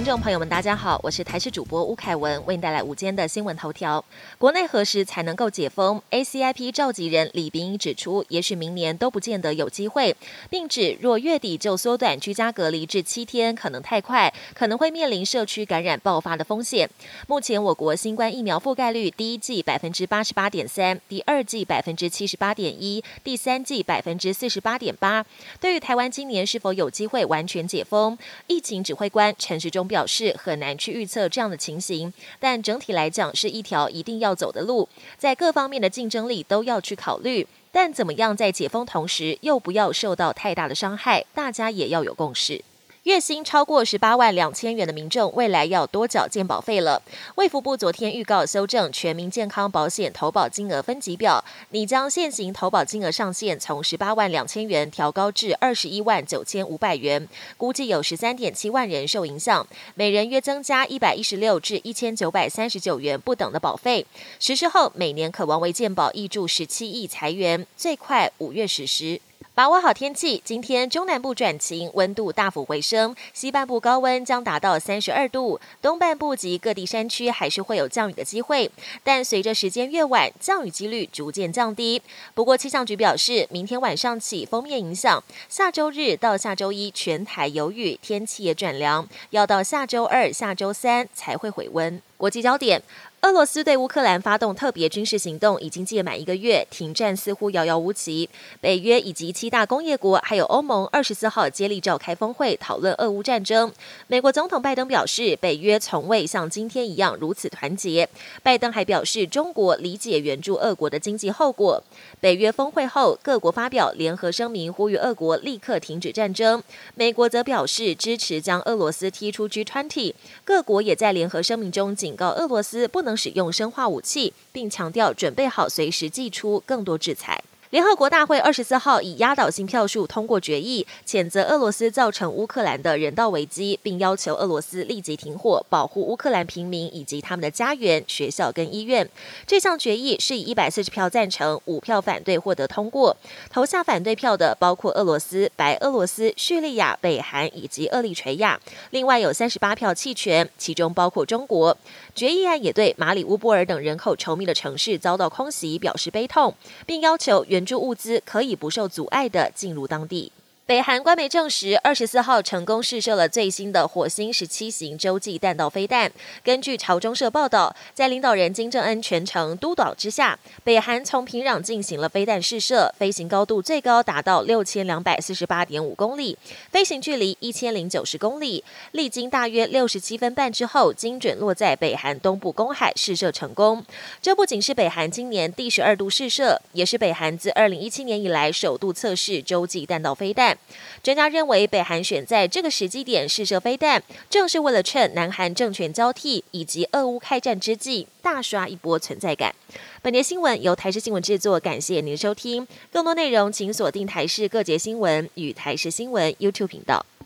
众朋友们，大家好，我是台视主播吴凯文，为您带来午间的新闻头条。国内何时才能够解封 ？ACIP 召集人李秉颖指出，也许明年都不见得有机会，并指若月底就缩短居家隔离至7天，可能太快，可能会面临社区感染爆发的风险。目前我国新冠疫苗覆盖率第一季88.3%，第二季78.1%，第三季48.8%。对于台湾今年是否有机会完全解封，疫情指挥官陈时中表示，很难去预测这样的情形，但整体来讲是一条一定要走的路，在各方面的竞争力都要去考虑，但怎么样在解封同时又不要受到太大的伤害，大家也要有共识。月薪超过18万2千元的民众，未来要多缴健保费了。卫福部昨天预告修正全民健康保险投保金额分级表，拟将现行投保金额上限从18万2千元调高至21万9500元，估计有13.7万人受影响，每人约增加116至1939元不等的保费。实施后，每年可望为健保挹注17亿财元，最快5月实施。把握好天气，今天中南部转晴，温度大幅回升，西半部高温将达到32度，东半部及各地山区还是会有降雨的机会，但随着时间越晚，降雨几率逐渐降低。不过气象局表示，明天晚上起锋面影响，下周日到下周一全台有雨，天气也转凉，要到下周二、下周三才会回温。国际焦点，俄罗斯对乌克兰发动特别军事行动已经届满1个月，停战似乎遥遥无期。北约以及7大工业国还有欧盟24号接力召开峰会，讨论俄乌战争。美国总统拜登表示，北约从未像今天一样如此团结。拜登还表示，中国理解援助俄国的经济后果。北约峰会后，各国发表联合声明，呼吁俄国立刻停止战争。美国则表示支持将俄罗斯踢出 G20。各国也在联合声明中警告俄罗斯不能使用生化武器，并强调准备好随时祭出更多制裁。联合国大会24号以压倒性票数通过决议，谴责俄罗斯造成乌克兰的人道危机，并要求俄罗斯立即停火，保护乌克兰平民以及他们的家园、学校跟医院。这项决议是以140票赞成、5票反对获得通过。投下反对票的包括俄罗斯、白俄罗斯、叙利亚、北韩以及厄立垂亚，另外有38票弃权，其中包括中国。决议案也对马里乌波尔等人口稠密的城市遭到空袭表示悲痛，并要求援助物资可以不受阻碍地进入当地。北韩官媒证实，24号成功试射了最新的火星17型洲际弹道飞弹。根据朝中社报道，在领导人金正恩全程督导之下，北韩从平壤进行了飞弹试射，飞行高度最高达到6248.5公里，飞行距离1090公里。历经大约67分半之后，精准落在北韩东部公海，试射成功。这不仅是北韩今年第12度试射，也是北韩自2017年以来首度测试洲际弹道飞弹。专家认为，北韩选在这个时机点试射飞弹，正是为了趁南韩政权交替以及俄乌开战之际，大刷一波存在感。本节新闻由台视新闻制作，感谢您的收听。更多内容请锁定台视各节新闻与台视新闻 YouTube 频道。